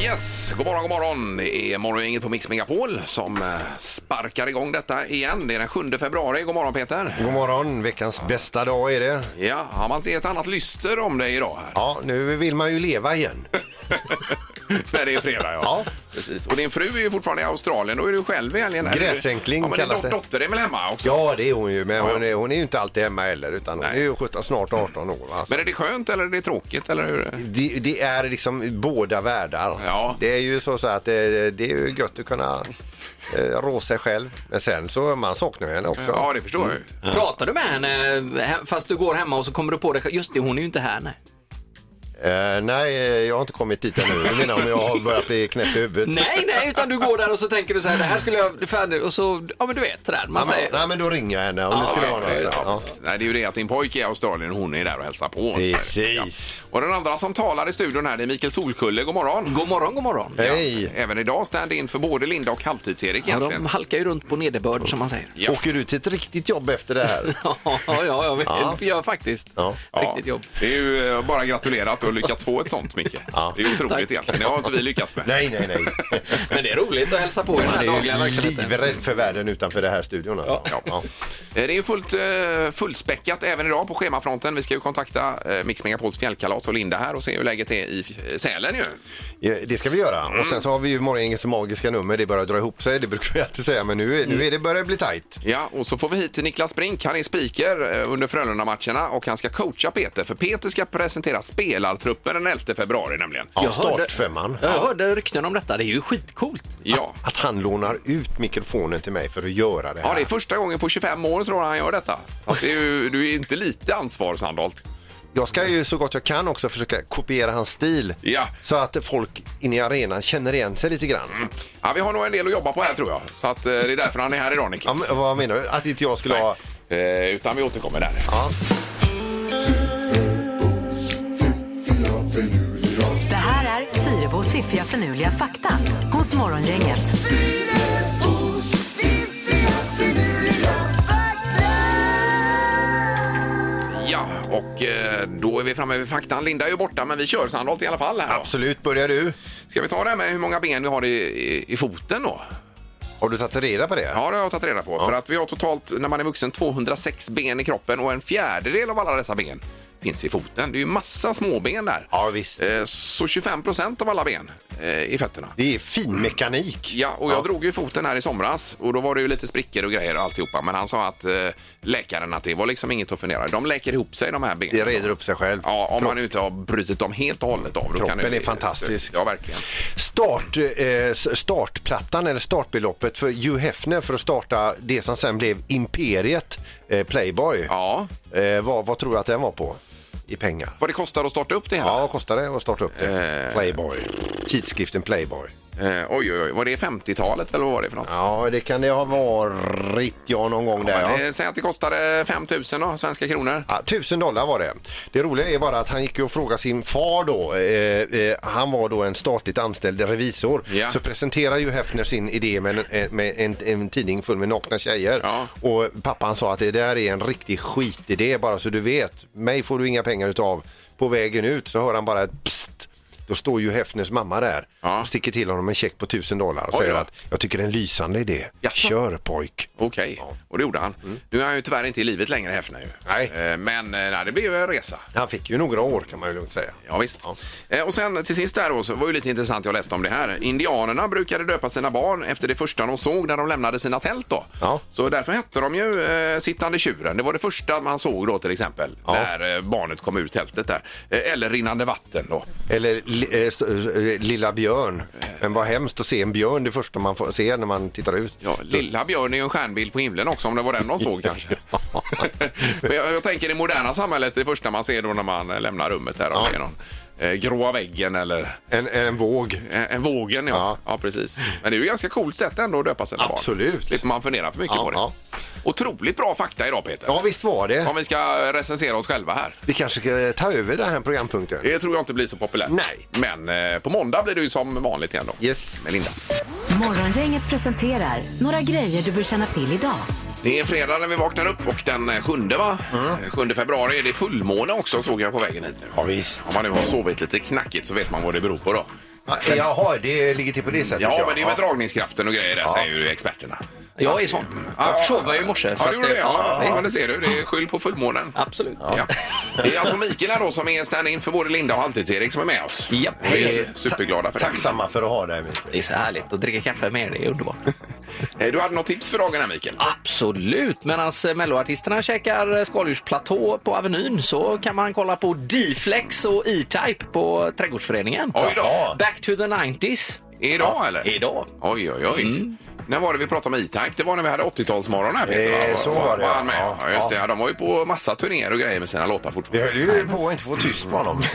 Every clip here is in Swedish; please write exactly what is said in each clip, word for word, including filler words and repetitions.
Yes, god morgon, god morgon. Det är morgongänget på Mix Megapol som eh, sparkar igång detta igen. Det är den sjunde februari. God morgon, Peter. God morgon, veckans bästa dag är det. Ja, har man sett ett annat lyster om dig idag här? Ja, nu vill man ju leva igen. När det är fredag, ja. Ja. Precis. Och din fru är ju fortfarande i Australien. Då är du själv i helgen. Gräsänkling ja, men kallas din det. dotter är väl hemma också? Ja, det är hon ju. Men Ja, ja. hon, är, hon är ju inte alltid hemma heller. Utan hon Nej. är ju sjutton, snart arton år. Alltså. Men är det skönt eller är det tråkigt? Eller hur? Det, det är liksom båda världar. Ja. Det är ju så, så att det, det är ju gött att kunna eh, rå sig själv. Men sen så man saknar henne också. Ja, det förstår jag ju. Ja. Pratar du med henne he- fast du går hemma och så kommer du på det? Just det, hon är ju inte här, nej. Eh, nej, jag har inte kommit dit ännu. Jag menar om jag har börjat bli knäppt i huvudet. Nej, nej, utan du går där och så tänker du så här, det här skulle jag färdig och så, ja men du vet sådär, man Ja, men, säger. nej, men då ringer jag henne om det skulle vara något. Ja, Ja. precis. Nej, det är ju det att din pojke är i Australien och hon är där och hälsar på. Precis. Ja. Och den andra som talar i studion här, det är Mikael Solkulle. God morgon. God morgon, god morgon. Hej. Även idag stand in för både Linda och Halvtids-Erik Ja, egentligen. de halkar ju runt på nederbörd som man säger. Ja. Åker du till ett riktigt jobb efter det här? Ja, ja, ja, Ja. jag gör faktiskt. Ja. Riktigt jobb. Det är ju eh, bara gratulerat och lyckats få ett sånt, Micke. Ja. Det är otroligt Tack. egentligen. Det har inte vi lyckats med. Nej, nej, nej. Men det är roligt att hälsa på i den här Man är dagliga ju verksamheten. livrädd för världen utanför det här studion. Alltså. Ja. Ja. Eh, Det är ju fullt eh, fullspäckat även idag på schemafronten. Vi ska ju kontakta eh, Mix Megapols fjällkalas och Linda här och se hur läget är i eh, Sälen ju. Ja, det ska vi göra. Och sen så har vi ju morgongängets magiska nummer. Det börjar dra ihop sig, det brukar vi alltid säga. Men nu, är- nu är det börjar bli tajt. Ja, och så får vi hit Niklas Brink. Han är speaker eh, under Frölunda-matcherna och han ska coacha Peter. För Peter ska presentera spelartruppen den elfte februari nämligen. Ja, Jag hörde- startfemman. Jag hörde rykten om detta, det är ju skitcoolt. Ja. Att han lånar ut mikrofonen till mig för att göra det här. Ja, det är första gången på tjugofem år tror jag han gör detta. Så att det är ju, du är inte lite ansvar, Sandholt. Jag ska ju så gott jag kan också försöka kopiera hans stil. Ja. Så att folk inne i arenan känner igen sig lite grann. Ja, vi har nog en del att jobba på här tror jag. Så att, eh, det är därför han är här idag, Ja, Niklas. men, vad menar du? Att inte jag skulle ha... Eh, utan vi återkommer där. Ja. Det här är Fyrebos fiffiga förnuliga fakta hos Morgongänget. Ja, och eh, då är vi framme vid faktan. Linda är ju borta, men vi kör Sandholt i alla fall här då. Absolut, börjar du. Ska vi ta det här med hur många ben vi har i, i, i foten då? Har du tagit reda på det? Ja, det har jag tagit reda på. För att vi har totalt, när man är vuxen, tvåhundrasex ben i kroppen och en fjärdedel av alla dessa ben finns i foten. Det är ju massa småben där. Ja, visst. Eh, Så tjugofem procent av alla ben eh, i fötterna. Det är fin mekanik. Ja, och jag Ja. drog ju foten här i somras och då var det ju lite sprickor och grejer och alltihopa. Men han sa att eh, läkaren att det var liksom inget att fundera. De läker ihop sig de här benen. Det reder upp sig själv. Ja, om man inte har brutit dem helt och hållet av. Då Kroppen kan det, är fantastisk. Ja, verkligen. Start, eh, startplattan eller startbeloppet för Hugh Hefner för att starta det som sen blev Imperiet eh, Playboy. Ja, Eh, vad, vad tror du att den var på i pengar? vad det kostar att starta upp det hela? Ja, vad kostar det att starta upp det? Eh. Playboy. Tidskriften Playboy. Eh, oj, oj, oj. Var det femtiotalet eller vad var det för något? Ja, det kan det ha varit, ja, någon gång där. Men, Ja. eh, säg att det kostade fem tusen då, svenska kronor. Ja, tusen dollar var det. Det roliga är bara att han gick och frågade sin far då. Eh, eh, han var då en statligt anställd revisor. Ja. Så presenterar ju Hefner sin idé med en, med en, en tidning full med nakna tjejer. Ja. Och pappan sa att det där är en riktig skitidé, bara så du vet. Mig får du inga pengar utav. På vägen ut så hör han bara ett psst. Då står ju Hefners mamma där Ja. och sticker till honom en check på tusen dollar och Oj säger då. att jag tycker det är en lysande idé. Jaså? Kör pojk. Okej, och det gjorde han. Nu är han ju tyvärr inte i livet längre, Hefner ju. Nej. Eh, Men eh, nej, det blev ju en resa. Han fick ju några år kan man ju lugnt säga. Ja, visst. Ja. Eh, Och sen till sist där då, så var ju lite intressant, jag läste om det här. Indianerna brukade döpa sina barn efter det första de såg när de lämnade sina tält då. Ja. Så därför hette de ju eh, Sittande tjuren. Det var det första man såg då till exempel. Ja. När eh, barnet kom ur tältet där. Eh, eller Rinnande vatten då. Eller li, eh, st- eh, Lilla björn. Men vad hemskt att se en björn det första man får se när man tittar ut. Ja, Lilla björn är ju en stjärnbild på himlen också, om det var den de såg kanske. Men jag, jag tänker i det moderna samhället, det första man ser då när man eh, lämnar rummet här. Ja. Är någon eh, gråa väggen eller En, en våg. en, en vågen, ja. Ja. ja. precis. Men det är ju ganska coolt sätt ändå att döpa sina barn. Absolut. Slipper man fundera för mycket Ja, på det. ja. Otroligt bra fakta idag, Peter. Ja, visst var det. Om vi ska recensera oss själva här. Vi kanske ska ta över den här programpunkten. Det tror jag inte blir så populärt. Nej. Men eh, på måndag blir det ju som vanligt igen då. Yes. Med Linda. Morgongänget presenterar några grejer du bör känna till idag. Det är fredag när vi vaknar upp och den sjunde va? Mm. sjunde februari är det fullmåne också, såg jag på vägen hit nu. Ja, visst. Om man nu har sovit lite knackigt så vet man vad det beror på då. Jaha, det ligger till på det sättet. Ja, men det är med dragningskraften och grejer där, Ja. säger ju experterna. Jag är sån. Jag försov mig i morse. Ja, för det att gjorde det. Ja, visst. ja, det ser du. Det är skyll på fullmånen. Absolut. Ja. Det är alltså Mikael här då som är stand-in för både Linda och Halvtids-Erik som är med oss. Ja. Vi är superglada för det. Tacksamma för att ha dig, Mikael. Det är så härligt att dricka kaffe med er. Det är underbart. Eh, Du hade något tips för dagen här, Mikael? Absolut. Medan melloartisterna käkar skaldjursplatå på Avenyn så kan man kolla på D-Flex och E-Type på Trädgårdsföreningen. Oj då. Back to the nineties. Idag eller? Idag. Oj, oj, oj. När var det vi pratade om E-Type? Det var när vi hade åttiotalsmorgon här, Peter. Eh, så var det, Var han med? ja. Ja, just det. Ja. Ja, de var ju på massa turnéer och grejer med sina låtar Vi fortfarande. höll ju på att inte få tyst på honom.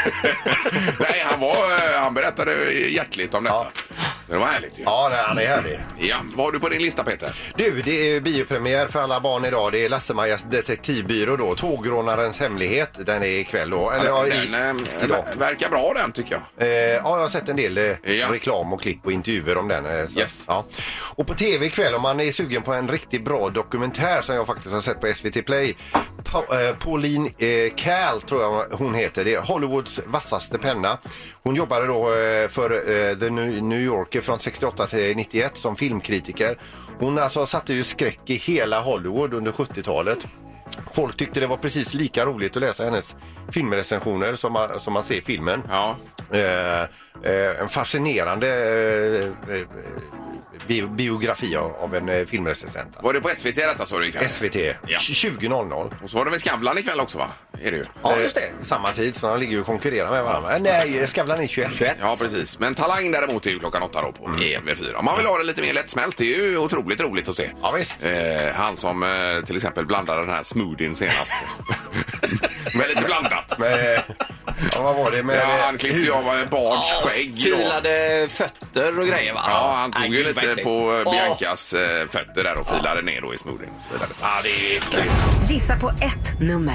Nej, han, var, eh, han berättade hjärtligt om detta. Ja. Det var härligt ju. Ja, nej, han är härlig. Ja, vad har du på din lista, Peter? Du, det är biopremiär för alla barn idag. Det är Lasse-Majas detektivbyrå då. Tågrånarens hemlighet. Den är ikväll då. Eller, ja, i, den eh, idag. verkar bra den, tycker jag. Eh, ja, jag har sett en del eh, Ja. reklam och klipp och intervjuer om den. Eh, så, Yes. ja. Och på tv ikväll, om man är sugen på en riktigt bra dokumentär som jag faktiskt har sett på S V T Play. Pa, eh, Pauline eh, Kael tror jag hon heter. Det är Hollywoods vassaste penna. Hon jobbade då eh, för eh, The New Yorker från sextioåtta till nittioett som filmkritiker. Hon alltså satte ju skräck i hela Hollywood under sjuttiotalet. Folk tyckte det var precis lika roligt att läsa hennes filmrecensioner som man, som man ser i filmen. Ja. Eh, eh, en fascinerande eh, eh, bi biografi av, av en eh, filmrecensent. Alltså. Var det på S V T detta, så du? S V T, Ja. tjugo noll noll. Och så var det väl Skavlan ikväll också, va? Är det ju? Ja, just det. Eh, samma tid, så de ligger ju och konkurrerar med varandra. Eh, nej, Skavlan är tjugoett. Ja, precis. Men Talang däremot är ju klockan åtta då på E V fyra. Om man vill ha det lite mer lättsmält, det är ju otroligt roligt att se. Ja, visst. Eh, han som eh, till exempel blandade den här smoothien senast. Med lite blandat. Men, eh, ja, vad var det med... Ja, han klippte ju av eh, Bards skägg då. Filade fötter och grejer, va? Ja, han tog Nej, ju gud, lite verkligen. på eh, Åh. Biancas eh, fötter där och filade ner då i smoothien och så vidare. Ja, det är... Gissa på ett nummer.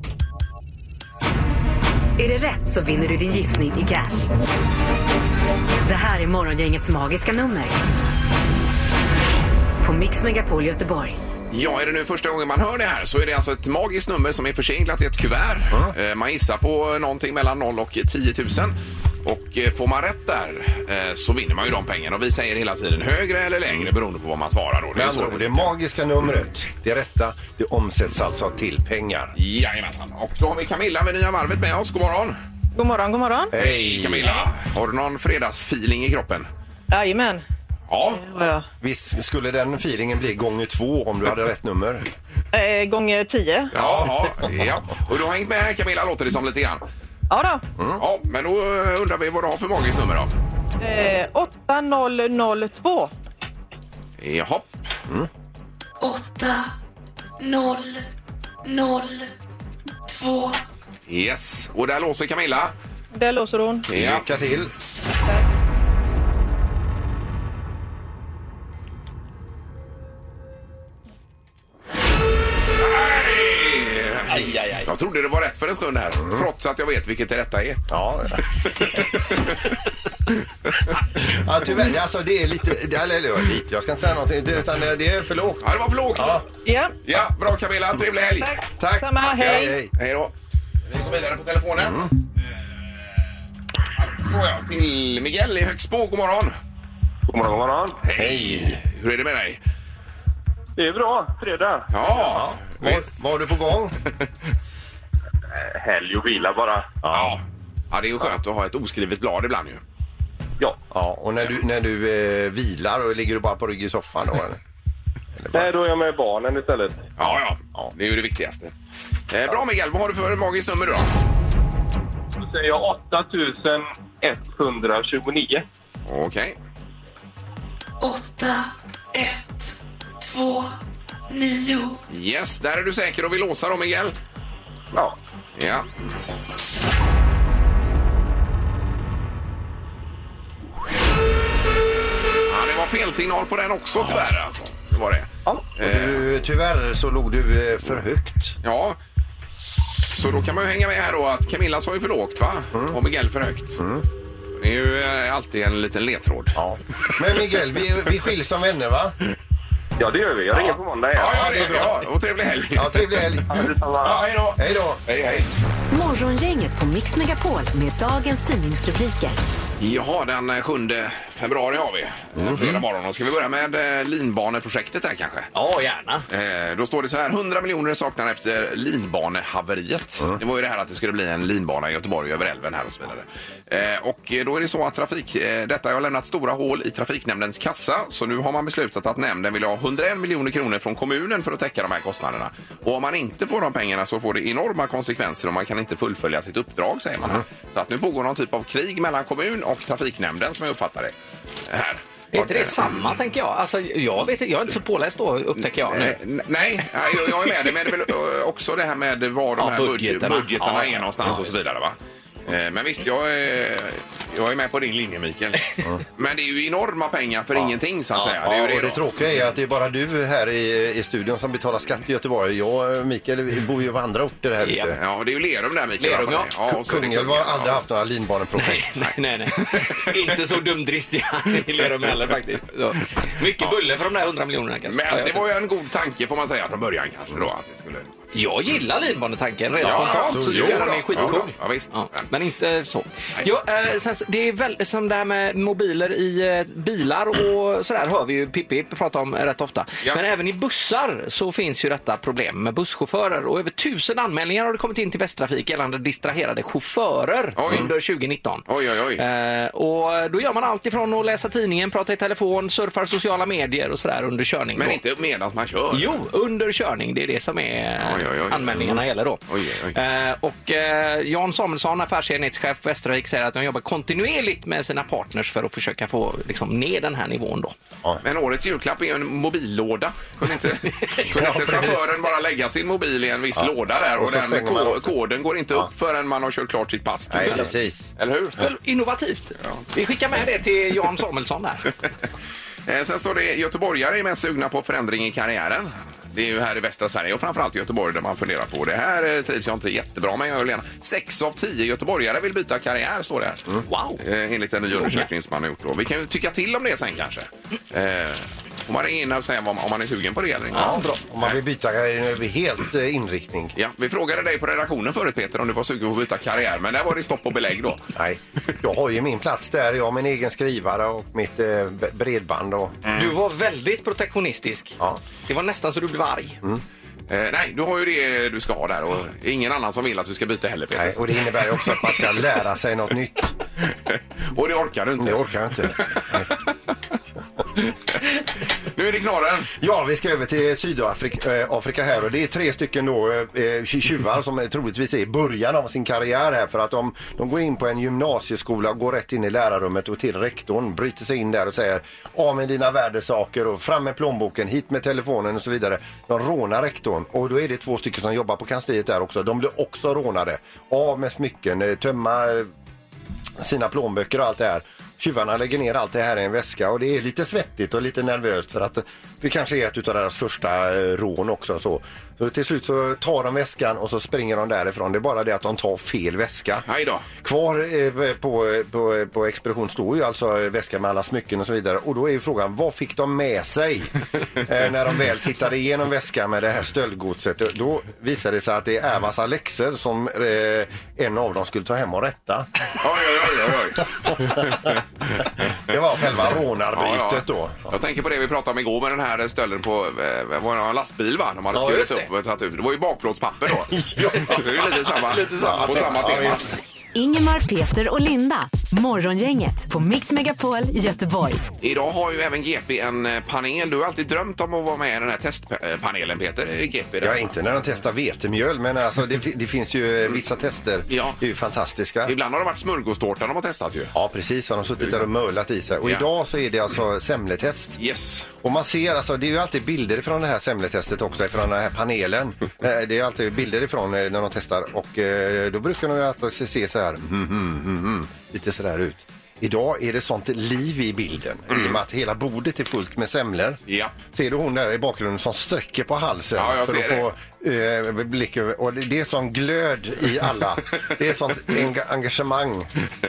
Är det rätt så vinner du din gissning i cash. Det här är Morgongängets magiska nummer. På Mix Megapol Göteborg. Ja, är det nu första gången man hör det här så är det alltså ett magiskt nummer som är förseglat i ett kuvert. Eh, man gissar på någonting mellan noll och tio tusen. Och eh, får man rätt där eh, så vinner man ju de pengarna. Och vi säger hela tiden högre eller lägre beroende på vad man svarar. Då. Det är Med så andra ord, det det magiska numret, det rätta, det omsätts alltså till pengar. Jajamensan. Och då har vi Camilla med nya varvet med oss. God morgon. God morgon, god morgon. Hej Camilla. Har du någon fredagsfeeling i kroppen? Jajamän. Ja. Ja. Visst skulle den feelingen bli gånger två om du hade rätt nummer? Eh, gånger tio. Ja, ja, ja. Och du har hängt med här Camilla, låter det som lite grann. Ja då. Ja, men då eh, undrar vi vad du har för magiskt nummer då. Eh, åtta noll noll två. Jaha. åtta noll noll två. Yes. Och där låser Camilla. Där låser hon. Ja. Lycka till! Aj, aj, aj. Jag trodde det var rätt för en stund här, trots att jag vet vilket det rätta är. Ja. Ja, tyvärr, alltså det är lite, eller, eller lite, jag ska inte säga någonting, det- utan det är för lågt. Ja, det var för lågt. Ja. Ja. Ja, bra Camilla. Trevlig helg. Tack. Tack! Samma, hej. hej. Hej då. Vi går vidare på telefonen. Mm. Så ja, till Miguel i Högsbo. God morgon. God morgon, god morgon. Hej. Hur är det med dig? Det är bra, fredag. Ja, Var, visst. var du på gång? Helg och vila bara. Ja. Ja, det är ju skönt att ha ett oskrivet blad ibland ju. Ja. Ja, och när du, när du eh, vilar och ligger du bara på rygg i soffan då? Eller? Eller bara... Nej, då är jag med barnen istället. Ja, ja. ja. Det är ju det viktigaste. Eh, bra Miguel, vad har du för magiskt nummer då? Då säger jag åtta tusen etthundratjugonio. Okej. åtta ett två nio. Yes, där är du säker och vill låsa då Miguel. Ja. Ja. Ja, det var fel signal på den också tyvärr alltså. Det var det. Ja. Du, tyvärr så låg du eh, för högt. Ja. Så då kan man ju hänga med här då att Camilla sa ju för lågt va? Och Miguel för högt. Det är ju eh, alltid en liten ledtråd. Ja. Men Miguel, vi, vi skiljs som vänner va? Ja, det gör vi. Jag ringer på måndag igen. Ja, ja, det är bra. Och trevlig helg. Ja, trevlig helg. Ja, detsamma. Ja, hej då. Hej då. Hej, hej. Morgongänget på Mix Megapol med dagens tidningsrubriker. Jaha, den sjunde februari har vi. Mm. Fredag morgon. Och ska vi börja med eh, linbaneprojektet här kanske? Ja, gärna. Eh, då står det så här, hundra miljoner saknar efter linbanehaveriet. Mm. Det var ju det här att det skulle bli en linbana i Göteborg över älven här och så vidare. Eh, och då är det så att trafik, eh, detta har lämnat stora hål i trafiknämndens kassa. Så nu har man beslutat att nämnden vill ha hundraen miljoner kronor från kommunen för att täcka de här kostnaderna. Och om man inte får de pengarna så får det enorma konsekvenser och man kan inte fullfölja sitt uppdrag, säger man. Mm. Så att nu pågår någon typ av krig mellan kommun och trafiknämnden som jag uppfattar det här. Är inte det samma, tänker jag? Alltså, jag vet jag är inte så påläst då, upptäcker jag nu. Nej, nej jag, jag är med det, men det är väl också det här med var de ja, här budgeterna, budgeterna ja, är någonstans ja, och så vidare, va? Men visst, jag är, jag är med på din linje, Mikael. Mm. Men det är ju enorma pengar för ja. ingenting, så att ja, säga. Ja, det är ju och det, det tråkiga är att det är bara du här i, i studion som betalar skatt i Göteborg. Jag, Mikael, vi bor ju på andra orter här ja. ute. Ja, det är ju Lerum där, Mikael. Lerum, ja. ja Kungälv har aldrig haft några linbaneprojekt. Nej, nej, nej. nej. Inte så dumdristiga i Lerum heller, faktiskt. Så. Mycket ja. bulle för de där hundra miljonerna, kanske. Men det var ju en god tanke, får man säga, från början kanske då, att det skulle... Jag gillar linbanetanken rent ja, spontant, så tycker jag den är skitcool. Ja, ja, visst. Ja, men inte så. Jo, eh, sen, det är väl som det här med mobiler i eh, bilar och sådär hör vi ju Pippi prata om rätt ofta. Ja. Men även i bussar så finns ju detta problem med busschaufförer och över tusen anmälningar har det kommit in till Västtrafik gällande distraherade chaufförer oj. under tjugonitton. Oj, oj, oj. Eh, och då gör man allt ifrån att läsa tidningen, prata i telefon, surfar sociala medier och sådär under körning. Men då. inte medan man kör? Jo, under körning, det är det som är... Oj, oj, oj. Anmälningarna gäller då. Oj, oj. Eh, och eh, Jan Samuelsson, affärsenhetschef på Västtrafik, säger att de jobbar kontinuerligt med sina partners för att försöka få liksom, ner den här nivån då. Ja. Men årets julklapp är en mobillåda. Kunde inte, kunde inte chauffören bara lägga sin mobil i en viss ja. låda där och, och den ko- koden går inte ja. upp förrän man har kört klart sitt pass. Nej, precis. Eller hur? Ja. Innovativt. Ja. Vi skickar med det till Jan Samuelsson där. Sen står det göteborgare är mest sugna på förändring i karriären. Det är ju här i västra Sverige och framförallt i Göteborg där man funderar på det. Här trivs jag inte jättebra med. Jag vill sex av tio göteborgare vill byta karriär, står det här. Mm. Wow! Eh, enligt en ny undersökning som man har gjort då. Vi kan ju tycka till om det sen kanske. Eh, får man ringa in och säga om man är sugen på det eller inte. Ja, bra. Om man vill byta helt eh, inriktning. Ja, vi frågade dig på redaktionen förut, Peter, om du var sugen på att byta karriär. Men där var det stopp och belägg då. Nej, jag har ju min plats där. Jag har min egen skrivare och mitt eh, bredband. Och... Mm. Du var väldigt protektionistisk. Ja. Det var nästan så du blev arg. Mm. Eh, nej, du har ju det du ska ha där och ingen annan som vill att du ska byta heller, Peter. Nej, och det innebär också att man ska lära sig något nytt. Och det orkar du inte. Det orkar jag inte. Nu är det knorren. Ja, vi ska över till Sydafrika äh, Afrika här och det är tre stycken då äh, tjuvar som troligtvis är i början av sin karriär här för att de, de går in på en gymnasieskola och går rätt in i lärarrummet och till rektorn, bryter sig in där och säger av med dina värdesaker och fram med plånboken, hit med telefonen och så vidare. De rånar rektorn och då är det två stycken som jobbar på kansliet där också. De blir också rånade. Av med smycken, tömma sina plånböcker och allt det här. Tjuvarna lägger ner allt det här i en väska och det är lite svettigt och lite nervöst för att det kanske är ett av deras första rån också. Så, så till slut så tar de väskan och så springer de därifrån. Det är bara det att de tar fel väska. Hej då. Kvar eh, på, på, på expedition står ju alltså väskan med alla smycken och så vidare. Och då är ju frågan, vad fick de med sig eh, när de väl tittade igenom väskan med det här stöldgodset? Då visade det sig att det är Ävas Alexer som eh, en av dem skulle ta hem och rätta. Oj, oj, oj, oj. Det var själva rånarbytet ja, ja. då. Jag tänker på det vi pratade om igår med den här stölden på eh, var en lastbil, va? De hade ja, skurit upp och tagit ut. Det var ju bakplåtspapper då. Ja. Det är ju lite samma, lite samma på samma tema. Ja, Ingemar, Peter och Linda. Morgongänget på Mix Megapol Göteborg. Idag har ju även G P en panel. Du har alltid drömt om att vara med i den här testpanelen, Peter. G P ja, inte när de testar vetemjöl, men alltså, det, det finns ju vissa tester. Ja. Det är ju fantastiska. Ibland har det varit smörgåstårta de har testat ju. Ja, precis. De har suttit där och mölat i sig. Och ja. idag så är det alltså semletest. Yes. Och man ser, alltså, det är ju alltid bilder från det här semletestet också, från den här panelen. Det är alltid bilder ifrån när de testar. Och då brukar de ju alltid se så här, mm, mm, mm, mm, lite så där ut. Idag är det sånt liv i bilden. Mm. I och med att hela bordet är fullt med semlor. Ja. Ser du hon där i bakgrunden som sträcker på halsen ja, för att det. få eh, blick över, och det, det är sån glöd i alla. Det är sånt enga- engagemang.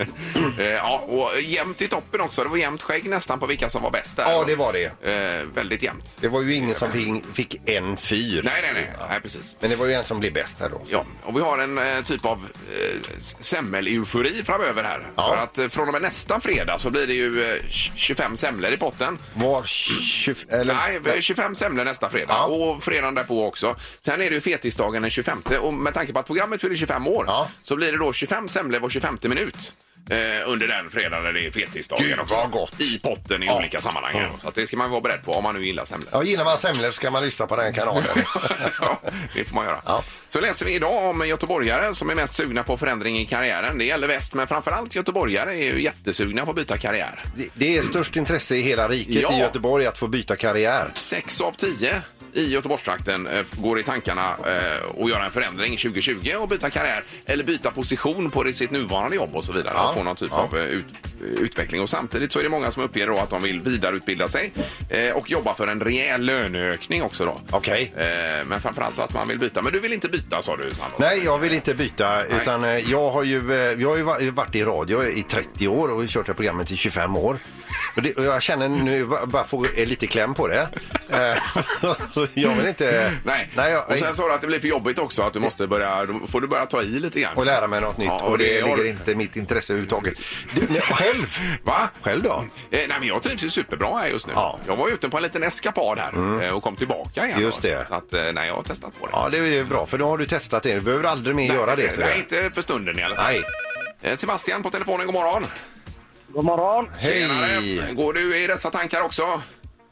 Eh, ja, och jämnt i toppen också. Det var jämnt skägg nästan på vilka som var bäst där. Ja, det var det. Eh, väldigt jämnt. Det var ju ingen som fick, fick en fyr. Nej, nej, nej. nej precis. Men det var ju en som blev bäst här då. Ja, och vi har en eh, typ av eh, semmel-eufori framöver här. Ja. För att eh, från och med nästa fredag så blir det ju eh, tjugofem semlor i potten. Var tjugo, eller? Nej, tjugofem semlor nästa fredag. Ja. Och fredagen därpå också. Sen är det ju fetisdagen den tjugofemte. Och med tanke på att programmet fyller tjugofem år Ja. så blir det då tjugofem semlor var tjugofemte minut. Eh, under den fredagen när det är fetisdagen Gud, också. vad gott. I potten i Ja. olika sammanhang. här. Så att det ska man vara beredd på om man nu gillar semlor. Ja, gillar man semlor ska man lyssna på den kanalen. Ja, det får man göra. Ja. Så läser vi idag om göteborgare som är mest sugna på förändring i karriären. Det gäller väst, men framförallt göteborgare är ju jättesugna på att byta karriär. Det, det är störst intresse i hela riket Ja. i Göteborg att få byta karriär. Sex av tio i Göteborgstrakten eh, går i tankarna eh, att göra en förändring tjugo tjugo och byta karriär eller byta position på sitt nuvarande jobb och så vidare. Ja. Och få någon typ Ja. av eh, ut, utveckling. Och samtidigt så är det många som uppger då att de vill vidareutbilda sig eh, och jobba för en rejäl löneökning också då. Okej. Eh, men framförallt att man vill byta. Men du vill inte byta, sa du, Sandra? Nej, jag vill inte byta, utan eh, jag har ju, eh, jag har ju va- varit i radio i trettio år och kört det programmet i tjugofem år. Och, det, och jag känner nu va- bara få eh, lite kläm på det. Eh, så jag vill inte... Nej, Nej jag, och sen sa du att det blir för jobbigt också, att du måste börja, då får du börja ta i lite grann. och lära mig något nytt, Ja, och det, det ligger har- inte i mitt intresse överhuvudtaget. Du, nej, själv? Va? Själv då? Eh, nej, men jag trivs ju superbra här just nu. Ja. Jag var ute på en liten eskapad här eh, och kom tillbaka igen. Just då. det. Så att, eh, nej, jag har testat på det. Ja, det är bra, för då har du testat det. Du behöver aldrig mer nej, göra det. nej, Så där. nej, inte för stunden i alla fall. Nej. Eh, Sebastian på telefonen, god morgon. God morgon. Hej. Tjenare. Går du i dessa tankar också?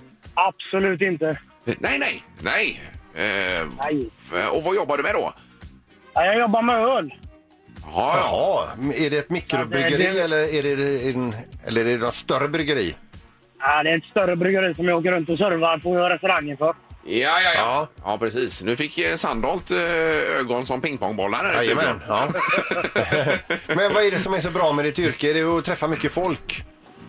Absolut inte. Eh, nej, nej, nej. Eh, Nej. f- och vad jobbar du med då? Ja, jag jobbar med öl. Ja, ja. Jaha, är det ett mikrobryggeri Ja, det- det- eller är det en, eller är det något större bryggeri? Ja, det är ett större bryggeri som jag åker runt och servar på restaurangen för. Ja, ja, ja. Ja. Ja, precis. Nu fick eh, Sandholt eh, ögon som pingpongbollar här i Jajamän, studion. ja. Men vad är det som är så bra med ditt yrke? Är det att träffa mycket folk?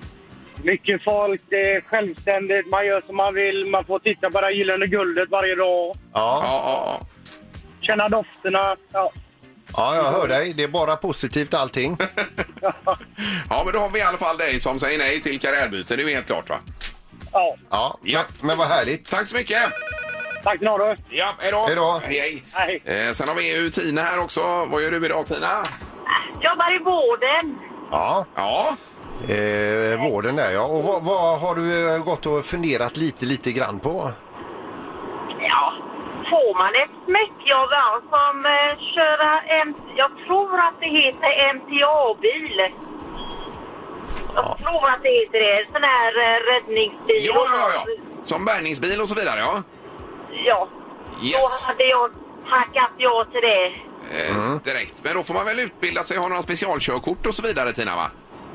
Mycket folk, det är självständigt, man gör som man vill, man får titta på det gyllene guldet varje dag, Ja. Ja, ja, känna dofterna. Ja. Ja, jag hör dig. Det är bara positivt allting. ja, men då har vi i alla fall dig som säger nej till karriärbyte. Det är ju helt klart, va? Ja. Ja, Ja. Men, men vad härligt. Tack så mycket! Tack ska du. Ja, hej då! Hej då. Hej, Hej. hej. Eh, sen har vi ju Tina här också. Vad gör du idag, Tina? Jobbar i vården. Ja, Ja, eh, vården där ja. Och vad, vad har du eh, gått och funderat lite, lite grann på? Ja, får man ett smäckjobb där som eh, köra en... Jag tror att det heter M T A-bil. Jag tror att det heter det. Sån här eh, räddningsbil. ja, ja, ja. Som bärgningsbil och så vidare, ja. Ja. Yes. Då hade jag tackat ja till det. Eh, direkt. Men då får man väl utbilda sig och ha några specialkörkort och så vidare, Tina, va?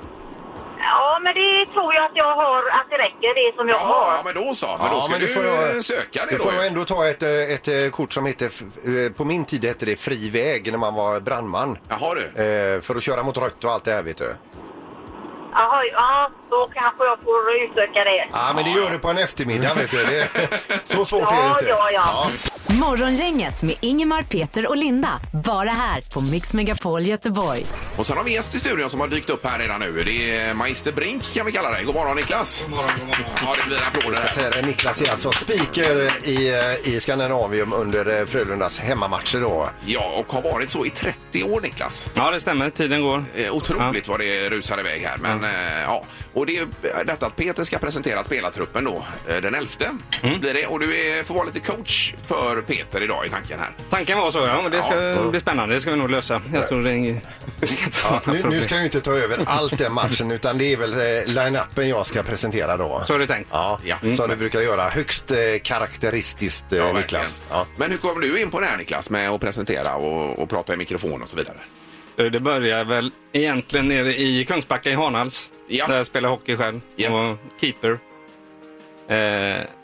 Ja, men det tror jag att jag har, att det räcker det som jag Jaha, har. ja, men då så. Men då ska du, får jag- söka det Du då. får ju. nog ändå ta ett, eh, ett eh, kort som heter, f- eh, på min tid hette det fri väg när man var brandman. Jaha, du. Eh, för att köra mot rött och allt det här, vet du. Jaha, ja, då kanske jag får utöka det. Ja, men det gör du på en eftermiddag, vet du. Det, så svårt är det Ja, inte. ja, ja. Morgongänget med Ingemar, Peter och Linda. Bara här på Mix Megapol Göteborg. Och sen har vi gäst i studion som har dykt upp här redan nu. Det är Magister Brink, kan vi kalla dig. God morgon, Niklas. God morgon, god morgon. Ja, det blir applåder här. Säger det, Niklas är alltså speaker i, eh, i Skandinavium under eh, Frölundas hemmamatcher då. Ja, och har varit så i trettio år, Niklas. Ja, det stämmer. Tiden går. Eh, otroligt vad det rusar iväg här. Men eh, ja, och det är ju detta att Peter ska presentera spelartruppen då eh, den elfte blir det. Och du är, får vara lite coach för Peter idag i tanken här. Tanken var så, ja. Och det ska Ja. bli spännande. Det ska vi nog lösa. Jag tror det är inget... det ska inte vara några Nu, problem. nu ska jag ju inte ta över allt den matchen, utan det är väl eh, line-upen jag ska presentera då. Så är det tänkt. Ja, Ja. som du brukar göra. Högst eh, karaktäristiskt, eh, Ja, Niklas. verkligen. Ja. Men hur kom du in på det här, Niklas, med att presentera och, och prata i mikrofon och så vidare? Det börjar väl egentligen nere i Kungsbacka i Hanhals. Ja. Där jag spelar hockey själv. Yes. Och keeper. Eh,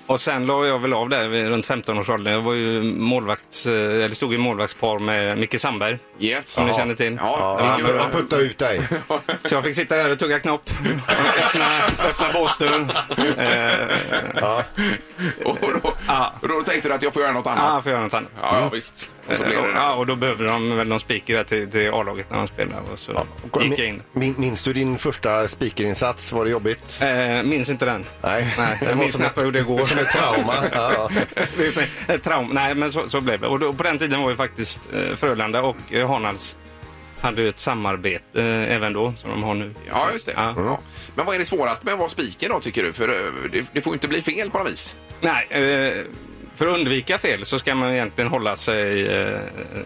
Och sen la jag väl av där vid runt femton-årsåldern. Jag var ju målvakts, eller stod i målvaktspar med Micke Sandberg. Yes. Som ja. ni känner till. Ja, Ja, han, han puttade ut dig. Så jag fick sitta där och tugga knopp. öppna, öppna båsdörr. Eh, Ja. Och då, Ja. och då tänkte du att jag får göra något annat? Ja, jag får göra något annat. Ja, ja visst. Och så blev det det. Ja, och då behövde de väl någon speaker där till, till A-laget när de spelade. Och så Ja. gick jag in. Min, minns du din första speakerinsats? Var det jobbigt? Eh, minns inte den. Nej. Nej, Det jag var minns som knappt ett- hur det går. Som ett trauma. Ja, ja. Det är så- ett traum. Nej, men så, så blev det. Och då, på den tiden var ju faktiskt eh, Frölunda och eh, Hanals hade ju ett samarbete eh, även då, som de har nu. Ja, just det. Ja. Ja. Men vad är det svårast med att vara speaker då, tycker du? För eh, det, det får ju inte bli fel på något vis. Nej, eh, för att undvika fel så ska man egentligen hålla sig eh,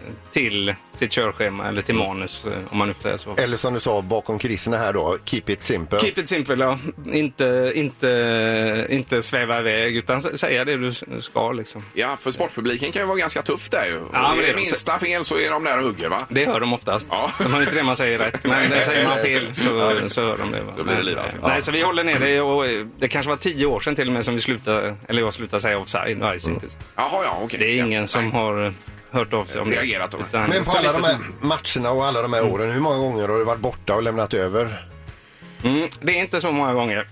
till sitt körschema eller till manus, eh, om man nu får säga så. Eller som du sa bakom kulisserna här då, keep it simple. Keep it simple, ja. Inte, inte, inte sväva iväg, utan s- säga det du s- ska liksom. Ja, för sportpubliken kan ju vara ganska tufft där ju. Ja, Och men är det det är de. minsta fel så är de där och hugger, va? Det hör de oftast. Ja. De har inte det man säger rätt, men det säger man fel så, så hör de det. Va? Då blir det Men, livat. eh, Ja. Nej, så vi håller ner det och eh, det kanske var tio år sedan till och med som vi slutade, eller jag slutade säga offside och ice inte. Jaha, ja, okej. Det är ingen ja, som nej. har hört av sig om det. Reagerat då. Utan Men på så alla lite de här som- matcherna och alla de här åren, hur många gånger har du varit borta och lämnat över? Mm, det är inte så många gånger.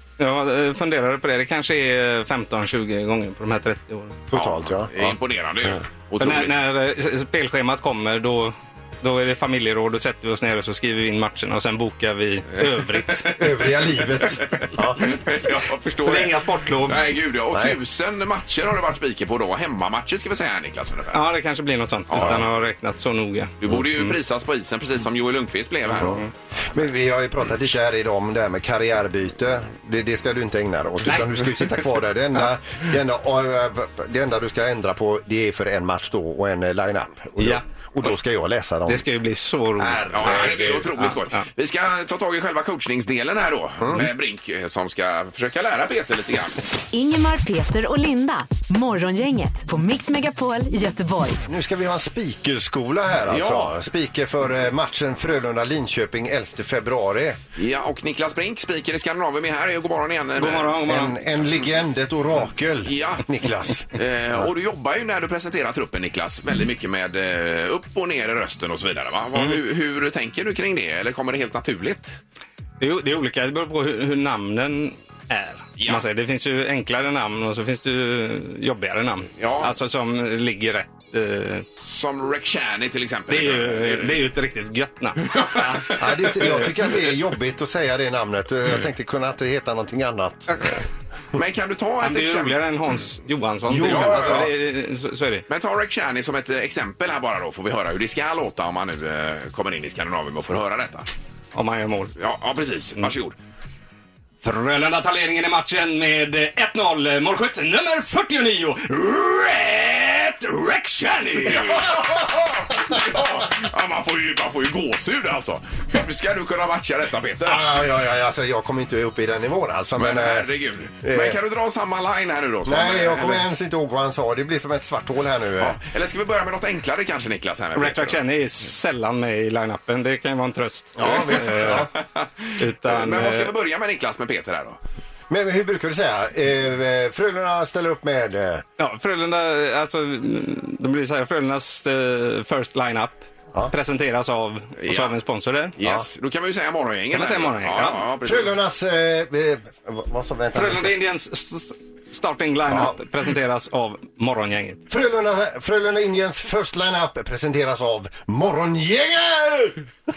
Jag eh, funderade på det. Det kanske är femton tjugo gånger på de här trettio åren. Totalt, ja. Det är imponerande ju. För Otroligt. när, när eh, spelschemat kommer då, då är det familjeråd, då sätter vi oss ner och så skriver vi in matcherna och sen bokar vi övrigt. Övriga livet. Ja. Jag förstår Så det är inga sportlov. Nej, gud ja. Och Nej. tusen matcher har det varit spiker på då. Hemmamatcher ska vi säga här, Niklas, ungefär. Ja, det kanske blir något sånt Ja. utan att ha räknat så noga. Du borde ju prisas på isen, precis som Joel Lundqvist blev här. Men vi har ju pratat lite här idag om det här med karriärbyte. Det, det ska du inte ägna dig åt, Nej. utan du ska ju sitta kvar där. Det enda, det, enda, äh, det enda du ska ändra på, det är för en match då och en eh, line-up. Och, då, Ja. och då ska jag läsa dem. Det ska ju bli så roligt. Ja, det blir otroligt skoj. Ja. Vi ska ta tag i själva coachningsdelen här då, med Brink eh, som ska försöka lära Peter lite grann. Ingemar, Peter och Linda. Morgongänget på Mix Megapol Göteborg. Nu ska vi ha en speakerskola här alltså. Ja. Speaker för eh, matchen Frölunda-Linköping elfte februari. Ja, och Niklas Brink, speaker i Skandinavien, är här. God morgon igen. God morgon, god morgon. En, en legend, ett orakel, Ja. Niklas. Eh, och du jobbar ju när du presenterar truppen, Niklas, väldigt mycket med eh, upp och ner i rösten och så vidare, va? Vad, hur, hur tänker du kring det? Eller kommer det helt naturligt? Det är, det är olika, det beror på hur, hur namnen är. Ja. Man säger. Det finns ju enklare namn och så finns det ju jobbigare namn. Ja. Alltså som ligger rätt. Eh, Som Rek Shani till exempel. det, är ju, det är ju ett riktigt gött namn. Ja, det, jag tycker att det är jobbigt att säga det namnet. Jag tänkte kunna att det heta någonting annat. Men kan du ta Han ett är ju exempel? roligare än Hans Johansson. Jo, till exempel. ja, Alltså, ja. det är- så, så är det. Men ta Rek Shani som ett eh, exempel här bara då, får vi höra hur det ska låta om man nu eh, kommer in i Skandinavien och får höra detta. Om man gör mål. Ja, ja precis. Varsågod. Frölunda tar ledningen i matchen med ett noll. Målskytt nummer fyrtionio. Rätt Rek Shani! Ja, ja, man får ju, man får ju gåshud alltså. Hur ska du kunna matcha detta, Peter? Ja, ja, ja, alltså, jag kommer inte upp i den nivån alltså. Men Men, eh, herregud. Men kan du dra samma line här nu då? Som, nej, jag kommer eller, ens inte ihåg vad han sa. Det blir som ett svart hål här nu. ja. Eller ska vi börja med något enklare kanske, Niklas? Här med Rätt Peter, Rek då? Shani är sällan med i line-upen. Det kan ju vara en tröst. Ja, visst, ja. Utan, Men vad ska eh, vi börja med, Niklas, med Peter här då? Men hur brukar du säga? Eh, Frölunda ställer upp med... Eh, Ja, Frölunda, alltså, mm, de blir så här, Frölundas eh, first line-up Ja. presenteras av, och så Ja. av en sponsor där. Yes. Då kan vi ju säga morgongänget. Kan man säga här. morgongänget, Ja, ja. ja, precis. Frölundas... Eh, eh, vad sa vänta? Frölunda Indians s- s- starting line-up Ja. presenteras av morgongänget. Frölunda, Frölunda Indians first line-up presenteras av Morgongänget!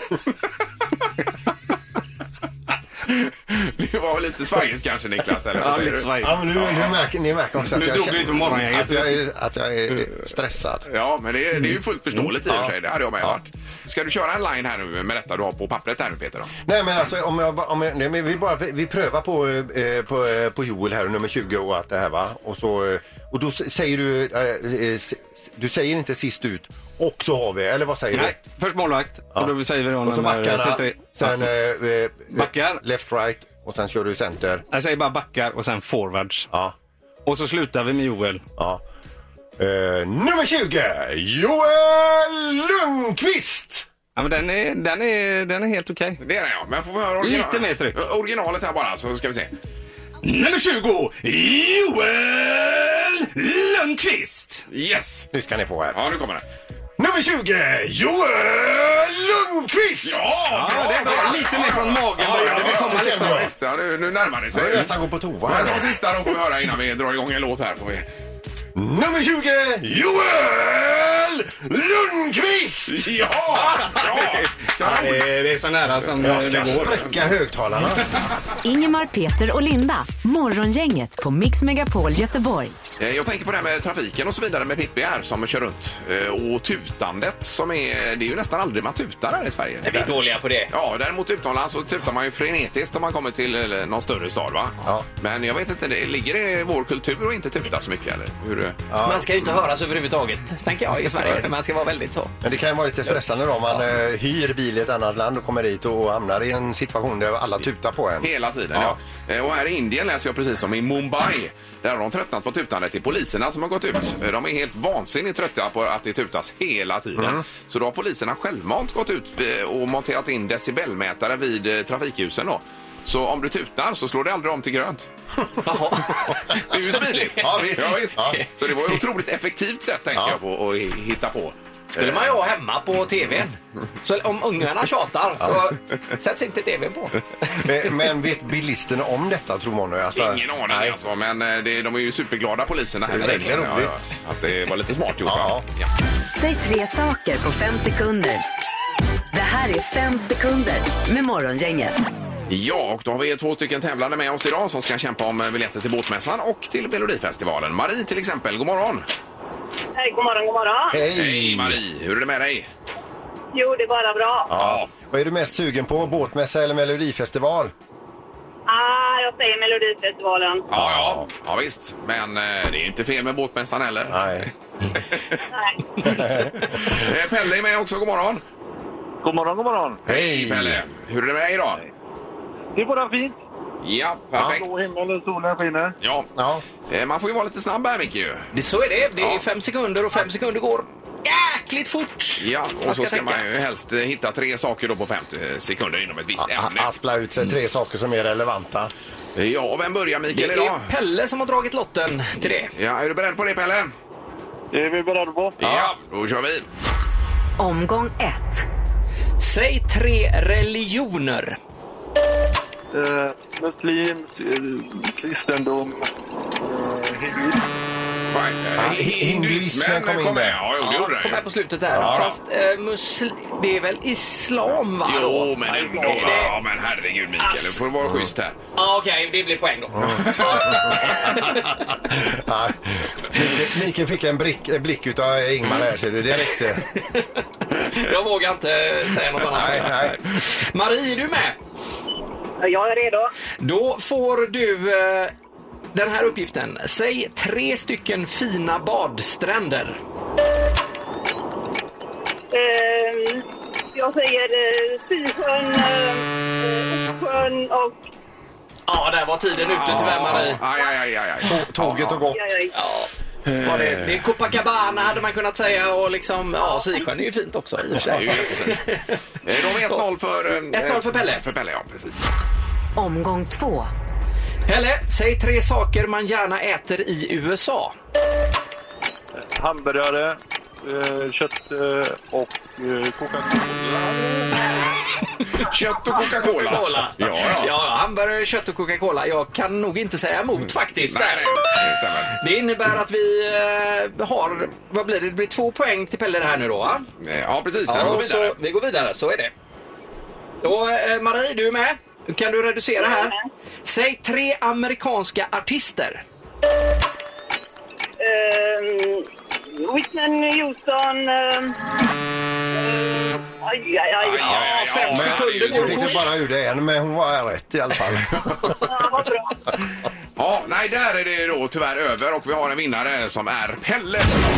Det var lite svajigt kanske, Niklas. Eller vad Ja, säger lite du? svajigt. Ja, men nu, nu märker, ni märker också att Nu jag, drog du lite på morgongänget. att jag, är, att jag är stressad. Ja, men det är, det är ju fullt förståeligt i och för Ja. sig. Det hade jag med varit. Ska du köra en line här nu med detta du har på pappret här nu, Peter? Då? Nej, men alltså om jag, ba- om jag nej, men vi bara vi prövar på eh, på eh, på Joel här nummer tjugo och allt det här, va? Och så eh, och då s- säger du eh, eh, s- du säger inte sist ut och så har vi, eller vad säger Nej, först målvakt. Ja. Och då säger vi då du? Och så nummer backarna, trettiotre. sen eh, eh, Backar. left right och sen kör du center. Jag säger bara backar och sen forwards. Ja. Och så slutar vi med Joel. Ja. Eh, nummer tjugo, Joel Lundqvist. Ja, men den är, den är, den är helt okej. Det är det, ja. Men får vi höra original... Lite mer tryck. originalet här bara, så ska vi se. Nummer tjugo, Joel Lundqvist. Yes! Nu ska ni få här. Ja, nu kommer det. Nummer tjugo, Joel Lundqvist! Ja, Ja, det är lite mer från magen. Ja, ja, det ska komma det liksom. känner jag. Visst, ja, nu, nu närmar det Jag vill sig. nästan gå på toa Men här. de sista då får vi höra innan vi drar igång en låt här. Får vi. Nummer tjugo, Joel Lundqvist! Ja! Bra! Ja, det, är, det är så nära som Jag det ska går. spräcka högtalarna. Ingemar, Peter och Linda. Morgongänget på Mix Megapol Göteborg. Eh, Jag tänker på det här med trafiken och så vidare med Pippi här som kör runt. Eh, Och tutandet som är, det är ju nästan aldrig man tutar här i Sverige. Vi är dåliga på det. Ja, däremot utomlands så tutar man ju frenetiskt om man kommer till eh, någon större stad, va? Ja. Men jag vet inte, det, ligger det i vår kultur att inte tuta så mycket, eller? Hur, Man ska ju inte höras överhuvudtaget, tänker jag, i Sverige. Man ska vara väldigt så. Men det kan ju vara lite stressande då om man eh, hyr bil i ett annat land och kommer dit och hamnar i en situation där alla tutar på en. Hela tiden, ja. ja. Och här i Indien läser jag precis som i Mumbai. Där har de tröttnat på tutandet till poliserna som har gått ut. De är helt vansinnigt trötta på att det tutas hela tiden. Mm. Så då har poliserna självmant gått ut och monterat in decibelmätare vid trafikljusen då. Så om du tutar så slår det aldrig om till grönt. Jaha. Det är ju smidigt. Ja, visst. Ja, visst. Ja. Så det var ett otroligt effektivt sätt, tänker Ja. jag på, att hitta på. Skulle man ju ha hemma på tvn. Så om ungarna tjatar, då sätts inte tvn på. Men, men vet bilisterna om detta, tror man nu? Alltså, Ingen aning nej. alltså, men det, de är ju superglada poliserna här. Det är väldigt Ja, roligt. ja, att det var lite smart gjort. Ja. Ja. Säg tre saker på fem sekunder. Det här är fem sekunder med Morgongänget. Ja, och då har vi två stycken tävlande med oss idag som ska kämpa om biljetter till Båtmässan och till Melodifestivalen. Marie till exempel, god morgon. Hej, god morgon, god morgon. Hej! Hej Marie, hur är det med dig? Jo, det är bara bra. Ja. Vad är du mest sugen på? Båtmässa eller Melodifestival? Ah, jag säger Melodifestivalen. Ja, ja, ja visst. Men eh, det är inte fel med Båtmässan heller. Nej. Nej. Eh, Pelle är med också, god morgon. God morgon, god morgon. Hej Pelle, hur är det med dig idag? Det är bara fint. Ja, perfekt. Blå himmel och solen skiner. Ja, Ja. eh, man får ju vara lite snabb här, Micke ju. Det, så är det. Det är Ja. fem sekunder och fem sekunder går jäkligt fort. Ja, och Man så ska tänka. man ju helst eh, hitta tre saker då på femtio sekunder inom ett visst A- ämne. Aspla ut sig tre saker som är relevanta. Ja, vem börjar Det Mikael är idag? Pelle som har dragit lotten till det. Ja, är du beredd på det, Pelle? Det är vi beredda på. Ja, då kör vi. Omgång ett. Säg tre religioner. Eh, muslim, eh, kristendom, eh, hinduism. Nej, eh, hinduismen kom in kom med. där. Ja, jo, det gjorde Kom det. med på slutet där. Ja. Fast eh, musl- det är väl islam, va? Jo, men ändå. Är det- Ja, men herregud, Mikael. Du får vara schysst här. Ja, okej, det blir poäng då. Ja. Mikael- Mikael fick en, brick, en blick utav Ingmar här, ser du. Det räckte. Jag vågar inte säga något annat. Nej, nej. Marie, är du med? Jag är redo. Då får du eh, den här uppgiften. Säg tre stycken fina badstränder. Eh, jag säger eh, Sysjön, eh, Uppsjön och... Ja, där var tiden ute tyvärr, Marie. Aj, aj, aj, aj, aj. Tåget har gått. Aj, aj. Ja. Var det, det är Copacabana hade man kunnat säga och liksom, ja, Sisjön är ju fint också i och för Det är ju sig. jättefint. Eh, Då har vi ett noll för... eh, ett noll för Pelle. För Pelle, ja, precis. Omgång två. Pelle, säg tre saker man gärna äter i U S A. Hamburgare, eh, kött eh, och eh, Coca-Cola. Kött och Coca-Cola. Coca-Cola. Ja, ja. Ja, hamburgare, kött och Coca-Cola. Jag kan nog inte säga emot faktiskt. Nej, där. nej, det stämmer. Det innebär att vi eh, har, vad blir det? Det blir två poäng till Pelle det här nu då, va? Eh, Ja, precis. Där Ja, går vi vidare. så vi går vidare, så är det. Och eh, Marie, du är med? Kan du reducera här? Säg tre amerikanska artister. Eh, Whitney Houston... Eh, eh, aj, aj, aj. Aj, aj, aj, fem ja, sekunder men Så går fick fort. du bara ur det en, men hon var rätt i alla fall. Ja, vad bra. Ja, nej, där är det då tyvärr över och vi har en vinnare som är Pelle.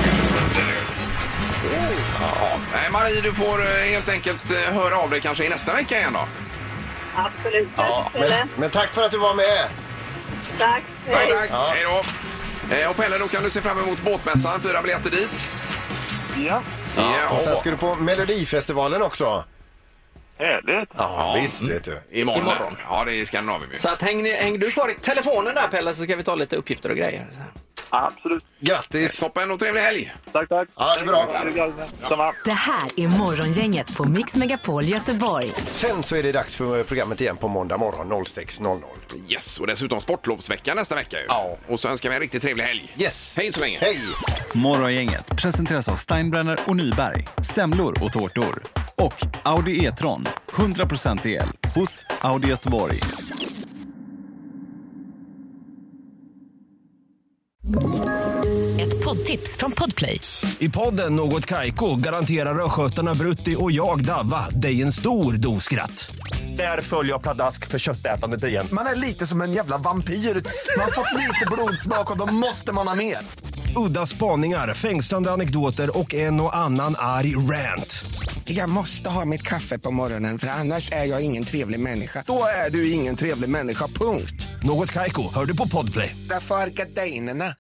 Ja, nej, Marie, du får eh, helt enkelt eh, höra av dig kanske i nästa vecka igen då. Absolut. Ja, Men, men tack för att du var med. Tack. Tack, Hej. tack. Ja. Hej då. Eh, Och Pelle, då kan du se fram emot Båtmässan, fyra biljetter dit. Ja. Ja, Och sen och, ska du på Melodifestivalen också. Härligt. Ja, visst vet du. Imorgon. Imorgon. Ja, det är Skandinavien. Så att häng, häng du kvar i telefonen där, Pelle, så ska vi ta lite uppgifter och grejer. Absolut. Grattis! Toppen och trevlig helg. Tack, tack. Ja, det är bra. Samma. Det här är Morgongänget på Mix Megapol Göteborg. Sen så är det dags för programmet igen på måndag morgon noll sex noll noll. Yes, och dessutom sportlovsvecka nästa vecka ju. Ja. Och så önskar vi en riktigt trevlig helg. Yes. Hej så länge. Hej! Morgongänget presenteras av Steinbrenner och Nyberg, semlor och tårtor. Och Audi E-tron, hundra procent el, hos Audi Göteborg. Ett poddtips från Podplay. I podden Något Kaiko garanterar röskötarna Brutti och jag Davva dig en stor doskratt. Där följer jag pladask för köttätandet igen. Man är lite som en jävla vampyr. Man har fått lite blodsmak och då måste man ha mer. Udda spaningar, fängslande anekdoter och en och annan arg rant. Jag måste ha mitt kaffe på morgonen för annars är jag ingen trevlig människa. Då är du ingen trevlig människa, punkt. Något Kaiko, hör du på Podplay. Därför är gardinerna.